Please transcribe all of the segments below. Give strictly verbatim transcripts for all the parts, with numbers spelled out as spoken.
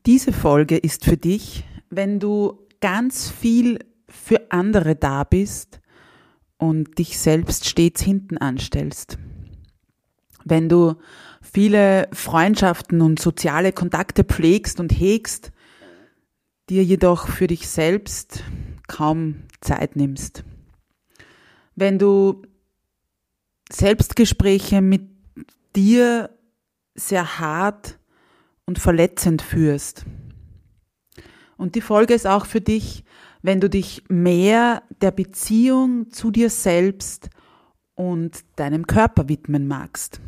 Diese Folge ist für dich, wenn du ganz viel für andere da bist und dich selbst stets hinten anstellst. Wenn du viele Freundschaften und soziale Kontakte pflegst und hegst, dir jedoch für dich selbst kaum Zeit nimmst. Wenn du Selbstgespräche mit dir sehr hart und verletzend führst. Und die Folge ist auch für dich, wenn du dich mehr der Beziehung zu dir selbst und deinem Körper widmen magst.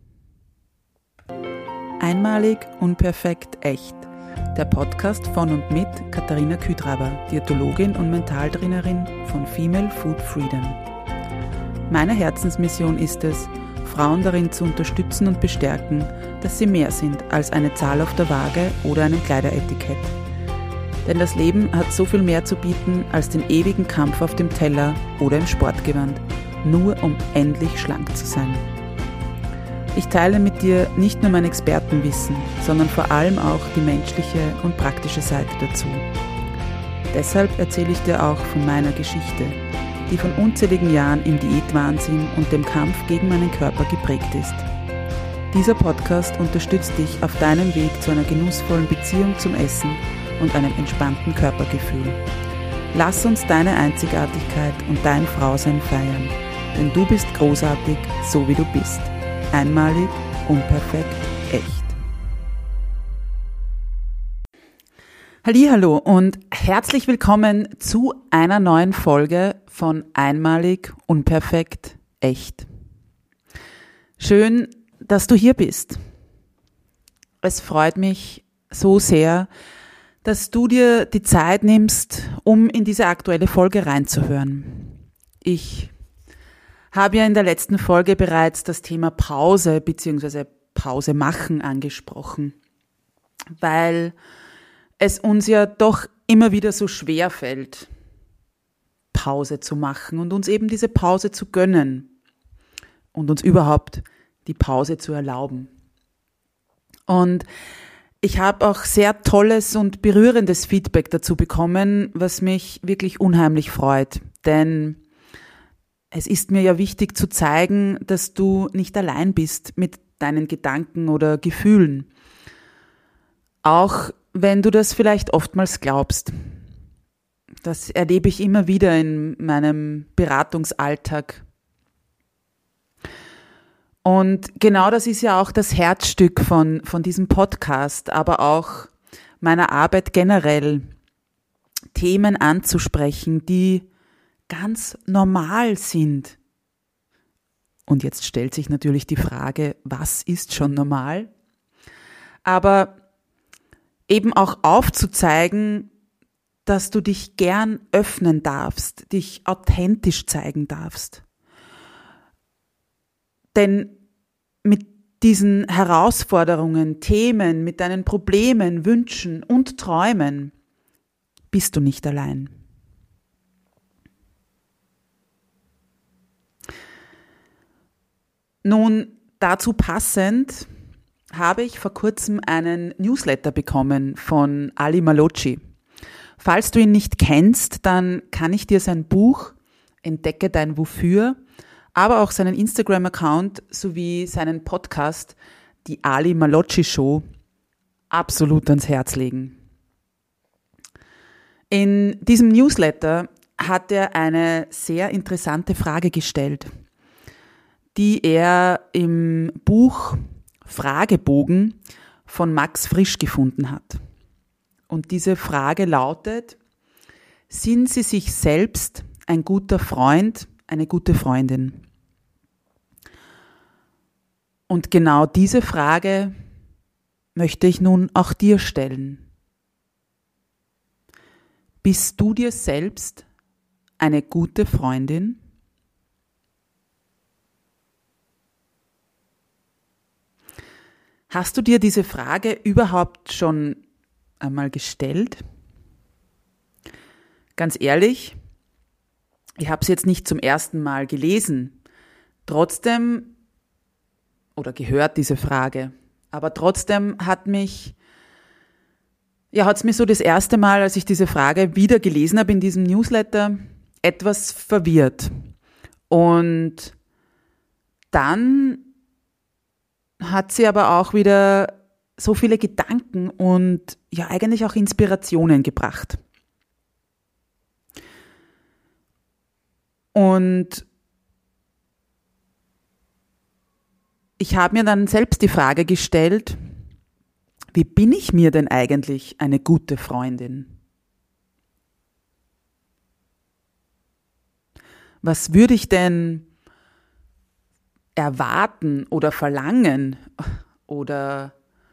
Einmalig, unperfekt, echt. Der Podcast von und mit Katharina Küdraber, Diätologin und Mentaltrainerin von Female Food Freedom. Meine Herzensmission ist es, Frauen darin zu unterstützen und bestärken, dass sie mehr sind als eine Zahl auf der Waage oder einem Kleideretikett. Denn das Leben hat so viel mehr zu bieten als den ewigen Kampf auf dem Teller oder im Sportgewand, nur um endlich schlank zu sein. Ich teile mit dir nicht nur mein Expertenwissen, sondern vor allem auch die menschliche und praktische Seite dazu. Deshalb erzähle ich dir auch von meiner Geschichte, die von unzähligen Jahren im Diätwahnsinn und dem Kampf gegen meinen Körper geprägt ist. Dieser Podcast unterstützt dich auf deinem Weg zu einer genussvollen Beziehung zum Essen und einem entspannten Körpergefühl. Lass uns deine Einzigartigkeit und dein Frausein feiern, denn du bist großartig, so wie du bist. Einmalig, unperfekt, echt. Hallihallo und herzlich willkommen zu einer neuen Folge von Einmalig, unperfekt, echt. Schön, dass du hier bist. Es freut mich so sehr, dass du dir die Zeit nimmst, um in diese aktuelle Folge reinzuhören. Ich habe ja in der letzten Folge bereits das Thema Pause bzw. Pause machen angesprochen, weil es uns ja doch immer wieder so schwer fällt, Pause zu machen und uns eben diese Pause zu gönnen und uns überhaupt die Pause zu erlauben. Und ich habe auch sehr tolles und berührendes Feedback dazu bekommen, was mich wirklich unheimlich freut, denn es ist mir ja wichtig zu zeigen, dass du nicht allein bist mit deinen Gedanken oder Gefühlen. Auch wenn du das vielleicht oftmals glaubst. Das erlebe ich immer wieder in meinem Beratungsalltag. Und genau das ist ja auch das Herzstück von, von diesem Podcast, aber auch meiner Arbeit generell, Themen anzusprechen, die ganz normal sind. Und jetzt stellt sich natürlich die Frage, was ist schon normal? Aber eben auch aufzuzeigen, dass du dich gern öffnen darfst, dich authentisch zeigen darfst. Denn mit diesen Herausforderungen, Themen, mit deinen Problemen, Wünschen und Träumen bist du nicht allein. Nun, dazu passend habe ich vor kurzem einen Newsletter bekommen von Ali Malocci. Falls du ihn nicht kennst, dann kann ich dir sein Buch Entdecke dein Wofür, aber auch seinen Instagram-Account sowie seinen Podcast, die Ali Malocci Show, absolut ans Herz legen. In diesem Newsletter hat er eine sehr interessante Frage gestellt, die er im Buch Fragebogen von Max Frisch gefunden hat. Und diese Frage lautet: Sind Sie sich selbst ein guter Freund, eine gute Freundin? Und genau diese Frage möchte ich nun auch dir stellen. Bist du dir selbst eine gute Freundin? Hast du dir diese Frage überhaupt schon einmal gestellt? Ganz ehrlich, ich habe es jetzt nicht zum ersten Mal gelesen, trotzdem, oder gehört diese Frage, aber trotzdem hat mich ja, hat es mir so das erste Mal, als ich diese Frage wieder gelesen habe in diesem Newsletter, etwas verwirrt. Und dann hat sie aber auch wieder so viele Gedanken und ja eigentlich auch Inspirationen gebracht. Und ich habe mir dann selbst die Frage gestellt, wie bin ich mir denn eigentlich eine gute Freundin? Was würde ich denn erwarten oder verlangen oder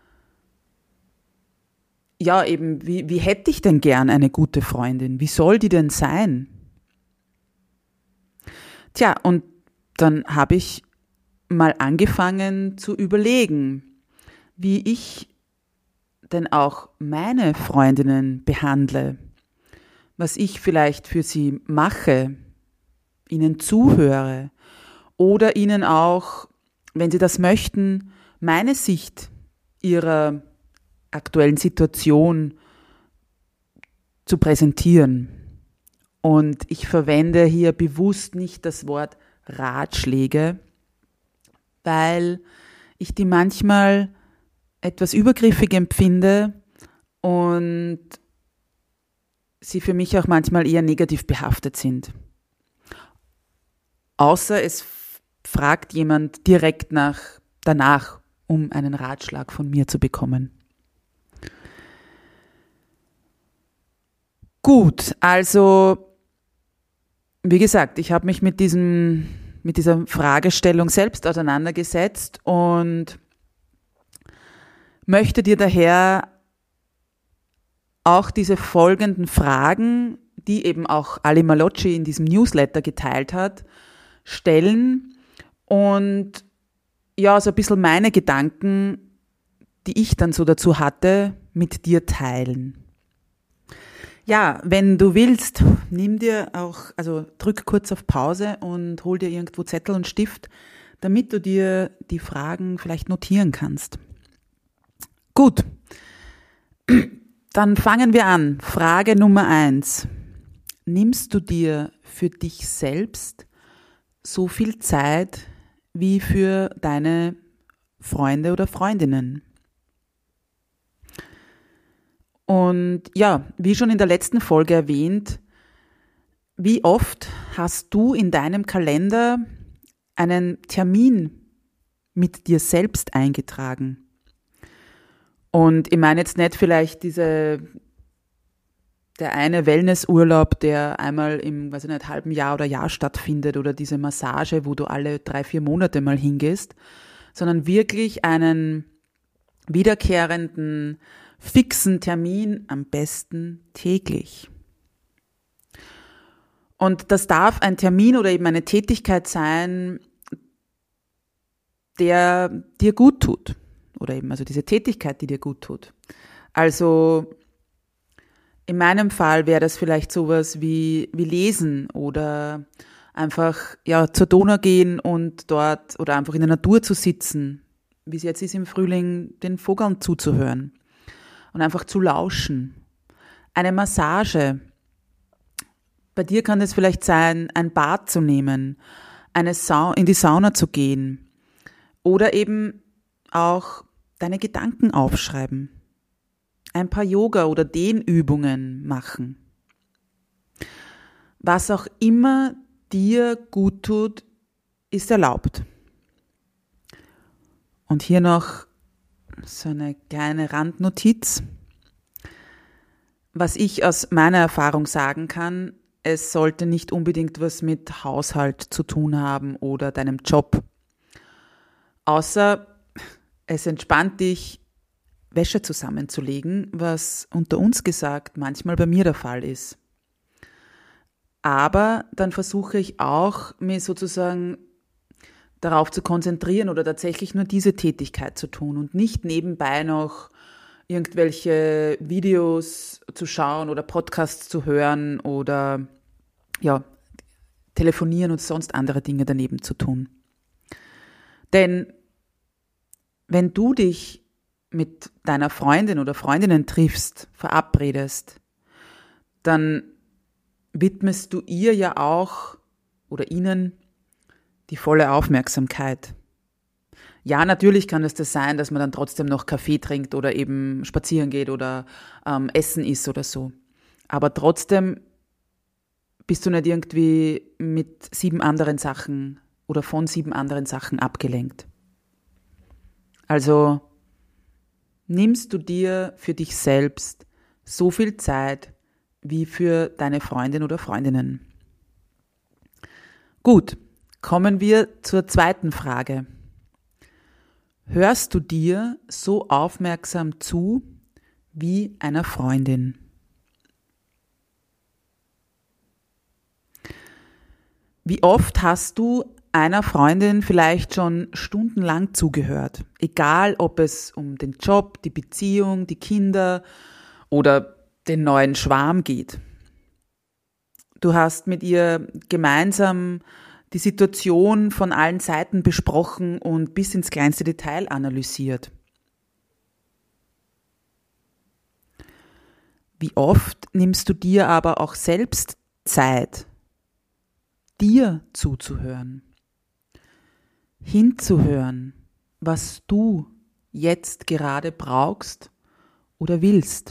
ja eben, wie, wie hätte ich denn gern eine gute Freundin? Wie soll die denn sein? Tja, und dann habe ich mal angefangen zu überlegen, wie ich denn auch meine Freundinnen behandle, was ich vielleicht für sie mache, ihnen zuhöre oder ihnen auch, wenn sie das möchten, meine Sicht ihrer aktuellen Situation zu präsentieren. Und ich verwende hier bewusst nicht das Wort Ratschläge, weil ich die manchmal etwas übergriffig empfinde und sie für mich auch manchmal eher negativ behaftet sind. Außer es fragt jemand direkt nach, danach, um einen Ratschlag von mir zu bekommen. Gut, also wie gesagt, ich habe mich mit diesem, mit dieser Fragestellung selbst auseinandergesetzt und möchte dir daher auch diese folgenden Fragen, die eben auch Ali Malocci in diesem Newsletter geteilt hat, stellen und ja, so ein bisschen meine Gedanken, die ich dann so dazu hatte, mit dir teilen. Ja, wenn du willst, nimm dir auch, also drück kurz auf Pause und hol dir irgendwo Zettel und Stift, damit du dir die Fragen vielleicht notieren kannst. Gut, dann fangen wir an. Frage Nummer eins. Nimmst du dir für dich selbst so viel Zeit wie für deine Freunde oder Freundinnen? Und ja, wie schon in der letzten Folge erwähnt, wie oft hast du in deinem Kalender einen Termin mit dir selbst eingetragen? Und ich meine jetzt nicht vielleicht diese, der eine Wellnessurlaub, der einmal im, weiß ich nicht, halben Jahr oder Jahr stattfindet oder diese Massage, wo du alle drei, vier Monate mal hingehst, sondern wirklich einen wiederkehrenden, fixen Termin, am besten täglich. Und das darf ein Termin oder eben eine Tätigkeit sein, der dir gut tut. Oder eben also diese Tätigkeit, die dir gut tut. Also in meinem Fall wäre das vielleicht sowas wie, wie lesen oder einfach ja zur Donau gehen und dort oder einfach in der Natur zu sitzen, wie es jetzt ist im Frühling, den Vogeln zuzuhören und einfach zu lauschen. Eine Massage. Bei dir kann es vielleicht sein, ein Bad zu nehmen, eine Sau- in die Sauna zu gehen oder eben auch deine Gedanken aufschreiben, ein paar Yoga- oder Dehnübungen machen. Was auch immer dir gut tut, ist erlaubt. Und hier noch so eine kleine Randnotiz. Was ich aus meiner Erfahrung sagen kann, es sollte nicht unbedingt was mit Haushalt zu tun haben oder deinem Job. Außer es entspannt dich, Wäsche zusammenzulegen, was unter uns gesagt manchmal bei mir der Fall ist. Aber dann versuche ich auch, mich sozusagen darauf zu konzentrieren oder tatsächlich nur diese Tätigkeit zu tun und nicht nebenbei noch irgendwelche Videos zu schauen oder Podcasts zu hören oder ja, telefonieren und sonst andere Dinge daneben zu tun. Denn wenn du dich mit deiner Freundin oder Freundinnen triffst, verabredest, dann widmest du ihr ja auch oder ihnen die volle Aufmerksamkeit. Ja, natürlich kann es das sein, dass man dann trotzdem noch Kaffee trinkt oder eben spazieren geht oder ähm, essen isst oder so. Aber trotzdem bist du nicht irgendwie mit sieben anderen Sachen oder von sieben anderen Sachen abgelenkt. Also nimmst du dir für dich selbst so viel Zeit wie für deine Freundin oder Freundinnen. Gut, kommen wir zur zweiten Frage. Hörst du dir so aufmerksam zu wie einer Freundin? Wie oft hast du einer Freundin vielleicht schon stundenlang zugehört? Egal, ob es um den Job, die Beziehung, die Kinder oder den neuen Schwarm geht. Du hast mit ihr gemeinsam die Situation von allen Seiten besprochen und bis ins kleinste Detail analysiert. Wie oft nimmst du dir aber auch selbst Zeit, dir zuzuhören, hinzuhören, was du jetzt gerade brauchst oder willst?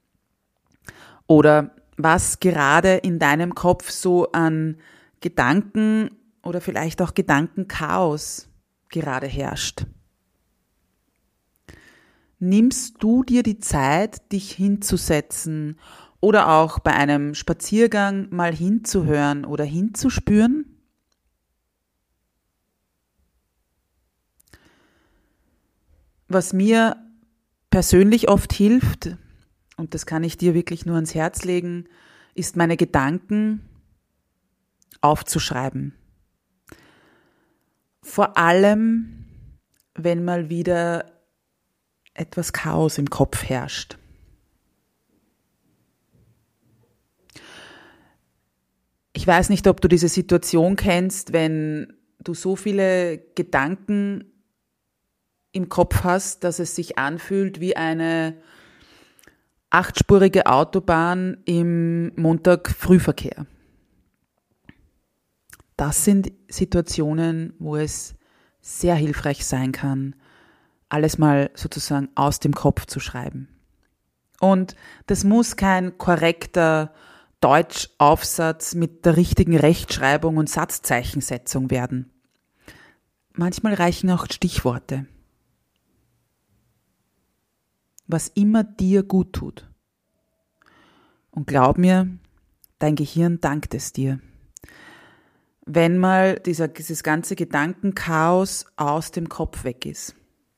Oder was gerade in deinem Kopf so an Gedanken oder vielleicht auch Gedankenchaos gerade herrscht. Nimmst du dir die Zeit, dich hinzusetzen oder auch bei einem Spaziergang mal hinzuhören oder hinzuspüren? Was mir persönlich oft hilft, und das kann ich dir wirklich nur ans Herz legen, ist meine Gedanken aufzuschreiben. Vor allem, wenn mal wieder etwas Chaos im Kopf herrscht. Ich weiß nicht, ob du diese Situation kennst, wenn du so viele Gedanken im Kopf hast, dass es sich anfühlt wie eine achtspurige Autobahn im Montag-Frühverkehr. Das sind Situationen, wo es sehr hilfreich sein kann, alles mal sozusagen aus dem Kopf zu schreiben. Und das muss kein korrekter Deutschaufsatz mit der richtigen Rechtschreibung und Satzzeichensetzung werden. Manchmal reichen auch Stichworte. Was immer dir gut tut. Und glaub mir, dein Gehirn dankt es dir. Wenn mal dieser, dieses ganze Gedankenchaos aus dem Kopf weg ist.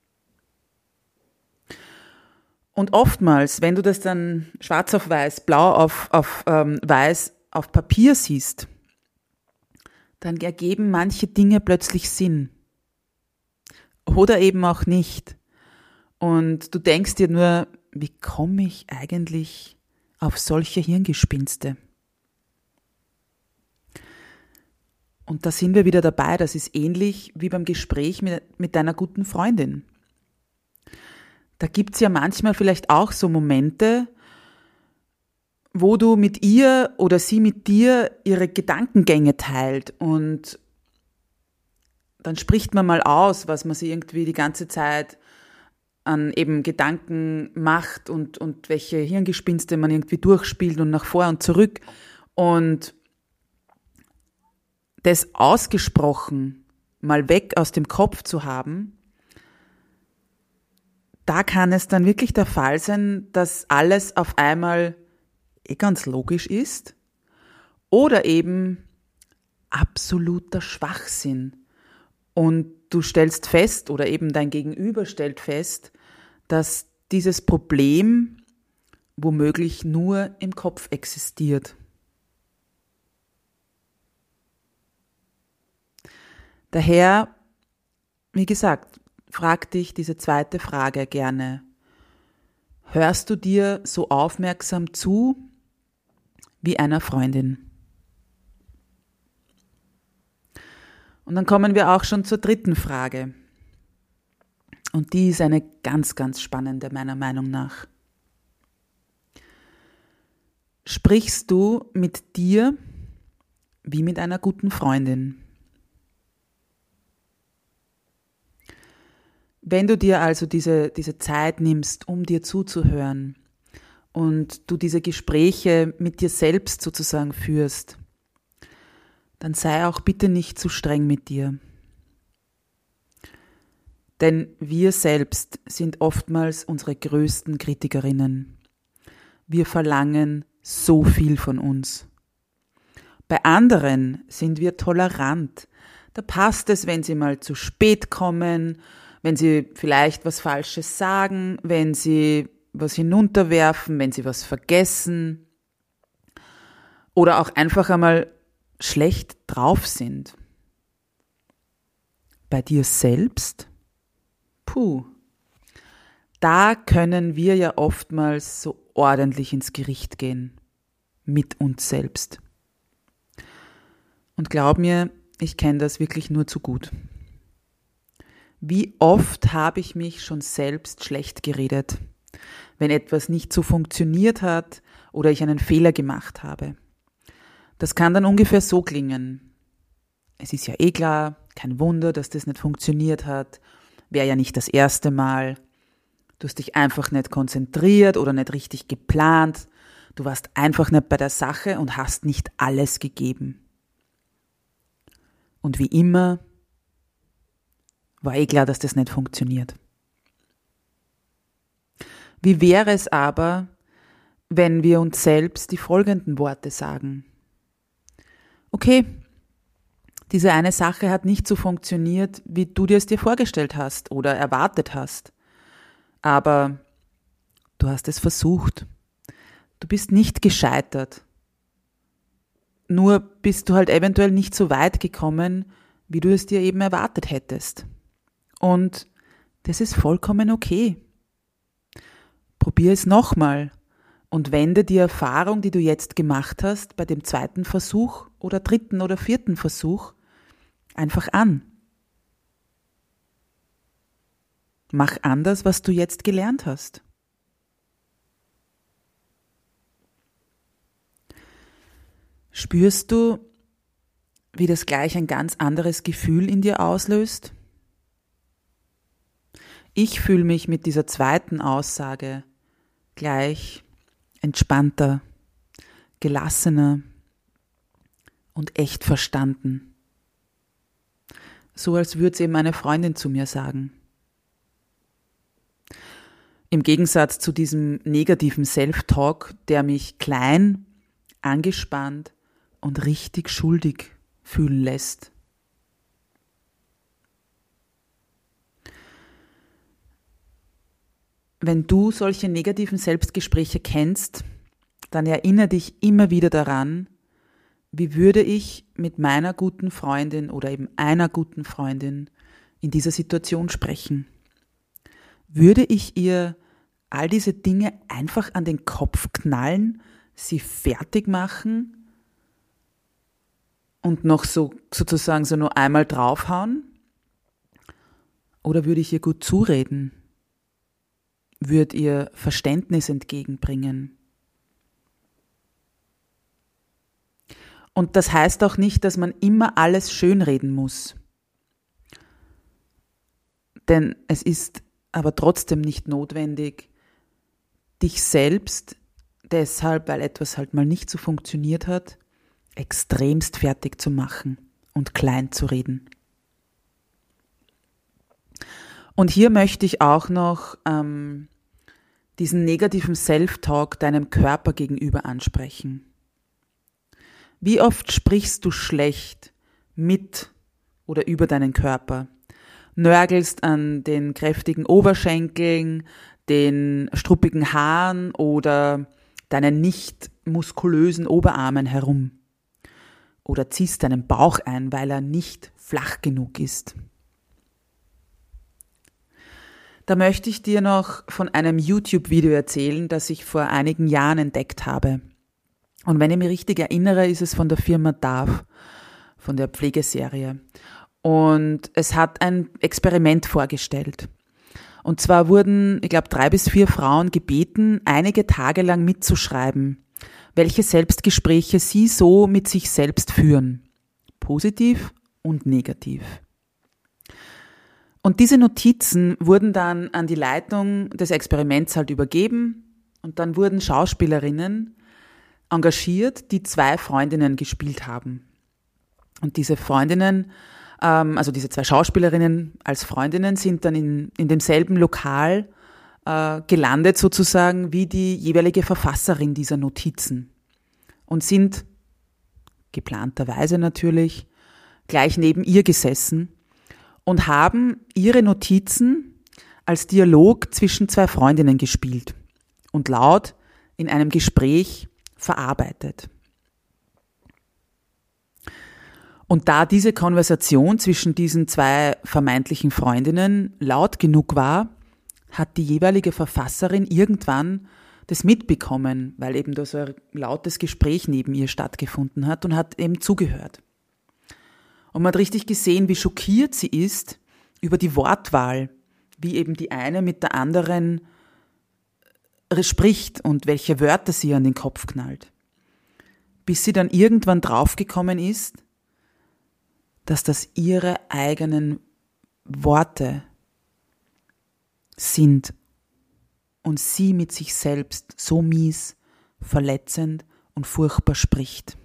Und oftmals, wenn du das dann schwarz auf weiß, blau auf, auf ähm, weiß auf Papier siehst, dann ergeben manche Dinge plötzlich Sinn. Oder eben auch nicht. Und du denkst dir nur, wie komme ich eigentlich auf solche Hirngespinste? Und da sind wir wieder dabei, das ist ähnlich wie beim Gespräch mit, mit deiner guten Freundin. Da gibt's ja manchmal vielleicht auch so Momente, wo du mit ihr oder sie mit dir ihre Gedankengänge teilt und dann spricht man mal aus, was man sich irgendwie die ganze Zeit an eben Gedanken macht und, und welche Hirngespinste man irgendwie durchspielt und nach vor und zurück. Und das ausgesprochen mal weg aus dem Kopf zu haben, da kann es dann wirklich der Fall sein, dass alles auf einmal eh ganz logisch ist oder eben absoluter Schwachsinn. Und du stellst fest oder eben dein Gegenüber stellt fest, dass dieses Problem womöglich nur im Kopf existiert. Daher, wie gesagt, frag dich diese zweite Frage gerne. Hörst du dir so aufmerksam zu wie einer Freundin? Und dann kommen wir auch schon zur dritten Frage. Und die ist eine ganz, ganz spannende, meiner Meinung nach. Sprichst du mit dir wie mit einer guten Freundin? Wenn du dir also diese, diese Zeit nimmst, um dir zuzuhören und du diese Gespräche mit dir selbst sozusagen führst, dann sei auch bitte nicht zu streng mit dir. Denn wir selbst sind oftmals unsere größten Kritikerinnen. Wir verlangen so viel von uns. Bei anderen sind wir tolerant. Da passt es, wenn sie mal zu spät kommen, wenn sie vielleicht was Falsches sagen, wenn sie was hinunterwerfen, wenn sie was vergessen oder auch einfach einmal schlecht drauf sind. Bei dir selbst? Puh. Da können wir ja oftmals so ordentlich ins Gericht gehen. Mit uns selbst. Und glaub mir, ich kenne das wirklich nur zu gut. Wie oft habe ich mich schon selbst schlecht geredet, wenn etwas nicht so funktioniert hat oder ich einen Fehler gemacht habe. Das kann dann ungefähr so klingen. Es ist ja eh klar, kein Wunder, dass das nicht funktioniert hat. Wäre ja nicht das erste Mal. Du hast dich einfach nicht konzentriert oder nicht richtig geplant. Du warst einfach nicht bei der Sache und hast nicht alles gegeben. Und wie immer war eh klar, dass das nicht funktioniert. Wie wäre es aber, wenn wir uns selbst die folgenden Worte sagen? Okay, diese eine Sache hat nicht so funktioniert, wie du dir es dir vorgestellt hast oder erwartet hast. Aber du hast es versucht. Du bist nicht gescheitert. Nur bist du halt eventuell nicht so weit gekommen, wie du es dir eben erwartet hättest. Und das ist vollkommen okay. Probier es nochmal und wende die Erfahrung, die du jetzt gemacht hast, bei dem zweiten Versuch oder dritten oder vierten Versuch einfach an. Mach anders, was du jetzt gelernt hast. Spürst du, wie das gleich ein ganz anderes Gefühl in dir auslöst? Ich fühle mich mit dieser zweiten Aussage gleich entspannter, gelassener und echt verstanden. So als würde es eben eine Freundin zu mir sagen. Im Gegensatz zu diesem negativen Self-Talk, der mich klein, angespannt und richtig schuldig fühlen lässt. Wenn du solche negativen Selbstgespräche kennst, dann erinnere dich immer wieder daran, wie würde ich mit meiner guten Freundin oder eben einer guten Freundin in dieser Situation sprechen? Würde ich ihr all diese Dinge einfach an den Kopf knallen, sie fertig machen und noch so sozusagen so nur einmal draufhauen? Oder würde ich ihr gut zureden? Würde ihr Verständnis entgegenbringen? Und das heißt auch nicht, dass man immer alles schönreden muss. Denn es ist aber trotzdem nicht notwendig, dich selbst deshalb, weil etwas halt mal nicht so funktioniert hat, extremst fertig zu machen und klein zu reden. Und hier möchte ich auch noch ähm, diesen negativen Self-Talk deinem Körper gegenüber ansprechen. Wie oft sprichst du schlecht mit oder über deinen Körper? Nörgelst an den kräftigen Oberschenkeln, den struppigen Haaren oder deinen nicht muskulösen Oberarmen herum. Oder ziehst deinen Bauch ein, weil er nicht flach genug ist. Da möchte ich dir noch von einem YouTube-Video erzählen, das ich vor einigen Jahren entdeckt habe. Und wenn ich mich richtig erinnere, ist es von der Firma Dove, von der Pflegeserie. Und es hat ein Experiment vorgestellt. Und zwar wurden, ich glaube, drei bis vier Frauen gebeten, einige Tage lang mitzuschreiben, welche Selbstgespräche sie so mit sich selbst führen. Positiv und negativ. Und diese Notizen wurden dann an die Leitung des Experiments halt übergeben und dann wurden Schauspielerinnen engagiert, die zwei Freundinnen gespielt haben. Und diese Freundinnen, ähm, also diese zwei Schauspielerinnen als Freundinnen sind dann in, in demselben Lokal äh, gelandet sozusagen wie die jeweilige Verfasserin dieser Notizen und sind geplanterweise natürlich gleich neben ihr gesessen und haben ihre Notizen als Dialog zwischen zwei Freundinnen gespielt und laut in einem Gespräch verarbeitet. Und da diese Konversation zwischen diesen zwei vermeintlichen Freundinnen laut genug war, hat die jeweilige Verfasserin irgendwann das mitbekommen, weil eben da so ein lautes Gespräch neben ihr stattgefunden hat und hat eben zugehört. Und man hat richtig gesehen, wie schockiert sie ist über die Wortwahl, wie eben die eine mit der anderen spricht und welche Wörter sie an den Kopf knallt. Bis sie dann irgendwann draufgekommen ist, dass das ihre eigenen Worte sind und sie mit sich selbst so mies, verletzend und furchtbar spricht.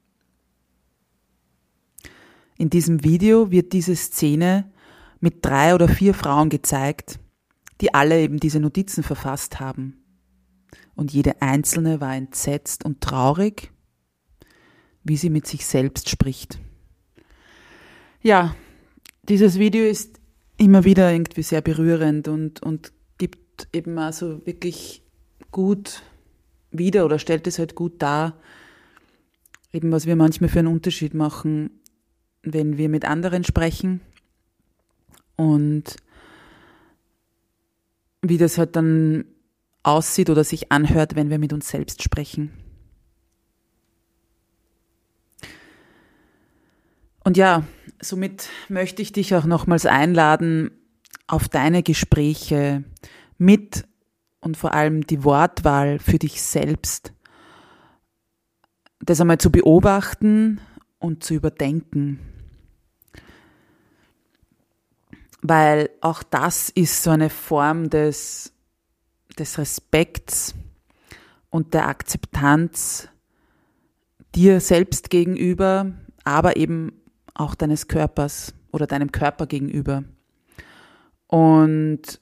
In diesem Video wird diese Szene mit drei oder vier Frauen gezeigt, die alle eben diese Notizen verfasst haben. Und jede einzelne war entsetzt und traurig, wie sie mit sich selbst spricht. Ja, dieses Video ist immer wieder irgendwie sehr berührend und, und gibt eben also wirklich gut wieder oder stellt es halt gut dar, eben was wir manchmal für einen Unterschied machen, wenn wir mit anderen sprechen und wie das halt dann aussieht oder sich anhört, wenn wir mit uns selbst sprechen. Und ja, somit möchte ich dich auch nochmals einladen, auf deine Gespräche mit und vor allem die Wortwahl für dich selbst, das einmal zu beobachten und zu überdenken. Weil auch das ist so eine Form des, des Respekts und der Akzeptanz dir selbst gegenüber, aber eben auch deines Körpers oder deinem Körper gegenüber. Und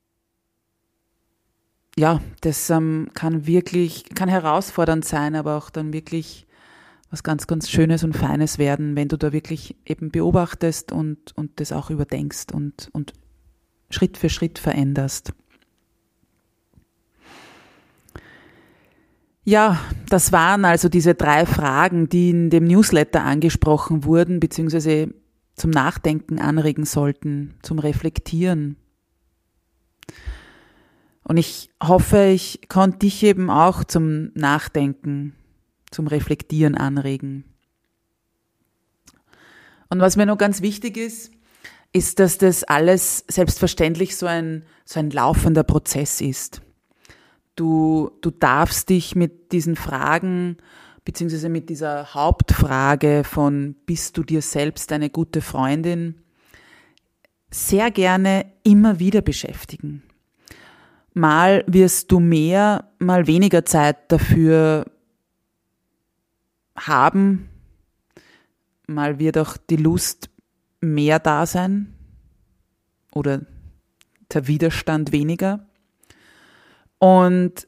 ja, das ähm, kann wirklich, kann herausfordernd sein, aber auch dann wirklich was ganz, ganz Schönes und Feines werden, wenn du da wirklich eben beobachtest und, und das auch überdenkst und, und Schritt für Schritt veränderst. Ja, das waren also diese drei Fragen, die in dem Newsletter angesprochen wurden, beziehungsweise zum Nachdenken anregen sollten, zum Reflektieren. Und ich hoffe, ich konnte dich eben auch zum Nachdenken, zum Reflektieren anregen. Und was mir noch ganz wichtig ist, ist, dass das alles selbstverständlich so ein, so ein laufender Prozess ist. Du, du darfst dich mit diesen Fragen, beziehungsweise mit dieser Hauptfrage von, bist du dir selbst eine gute Freundin, sehr gerne immer wieder beschäftigen. Mal wirst du mehr, mal weniger Zeit dafür haben, mal wird auch die Lust mehr da sein oder der Widerstand weniger. Und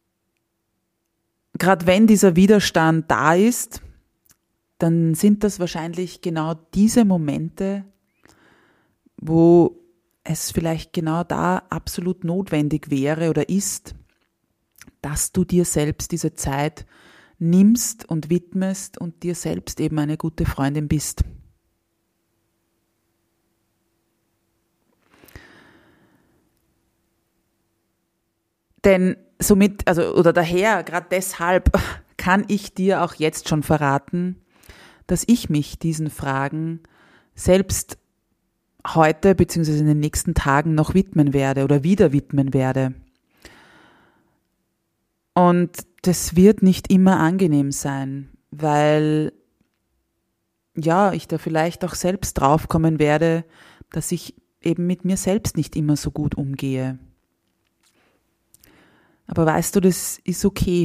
gerade wenn dieser Widerstand da ist, dann sind das wahrscheinlich genau diese Momente, wo es vielleicht genau da absolut notwendig wäre oder ist, dass du dir selbst diese Zeit nimmst und widmest und dir selbst eben eine gute Freundin bist. Denn somit, also oder daher, gerade deshalb kann ich dir auch jetzt schon verraten, dass ich mich diesen Fragen selbst heute bzw. in den nächsten Tagen noch widmen werde oder wieder widmen werde. Und das wird nicht immer angenehm sein, weil ja, ich da vielleicht auch selbst draufkommen werde, dass ich eben mit mir selbst nicht immer so gut umgehe. Aber weißt du, das ist okay.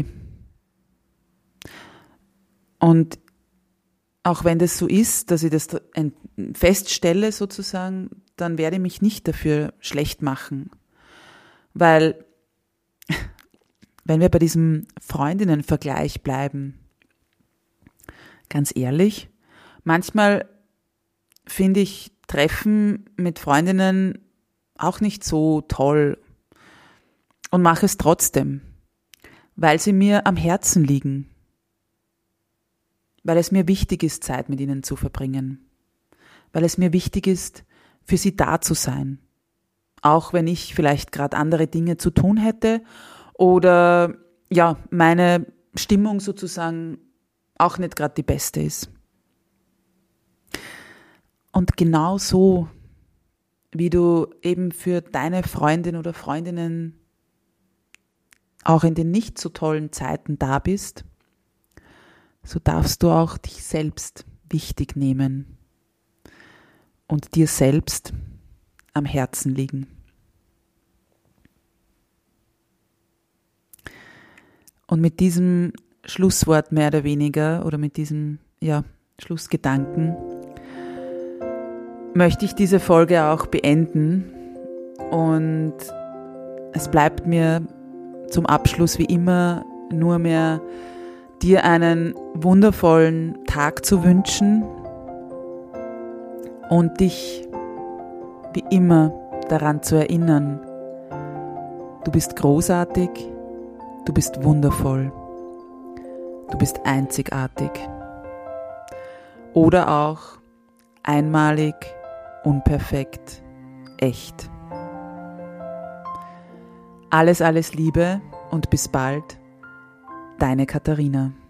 Und auch wenn das so ist, dass ich das feststelle sozusagen, dann werde ich mich nicht dafür schlecht machen. Weil, wenn wir bei diesem Freundinnenvergleich bleiben, ganz ehrlich, manchmal finde ich Treffen mit Freundinnen auch nicht so toll und mache es trotzdem, weil sie mir am Herzen liegen, weil es mir wichtig ist, Zeit mit ihnen zu verbringen, weil es mir wichtig ist, für sie da zu sein, auch wenn ich vielleicht gerade andere Dinge zu tun hätte oder ja, meine Stimmung sozusagen auch nicht gerade die beste ist. Und genau so, wie du eben für deine Freundin oder Freundinnen auch in den nicht so tollen Zeiten da bist, so darfst du auch dich selbst wichtig nehmen und dir selbst am Herzen liegen. Und mit diesem Schlusswort mehr oder weniger oder mit diesem ja, Schlussgedanken möchte ich diese Folge auch beenden und es bleibt mir zum Abschluss wie immer nur mehr dir einen wundervollen Tag zu wünschen und dich wie immer daran zu erinnern, du bist großartig, du bist wundervoll, du bist einzigartig oder auch einmalig, unperfekt, echt. Alles, alles Liebe und bis bald, deine Katharina.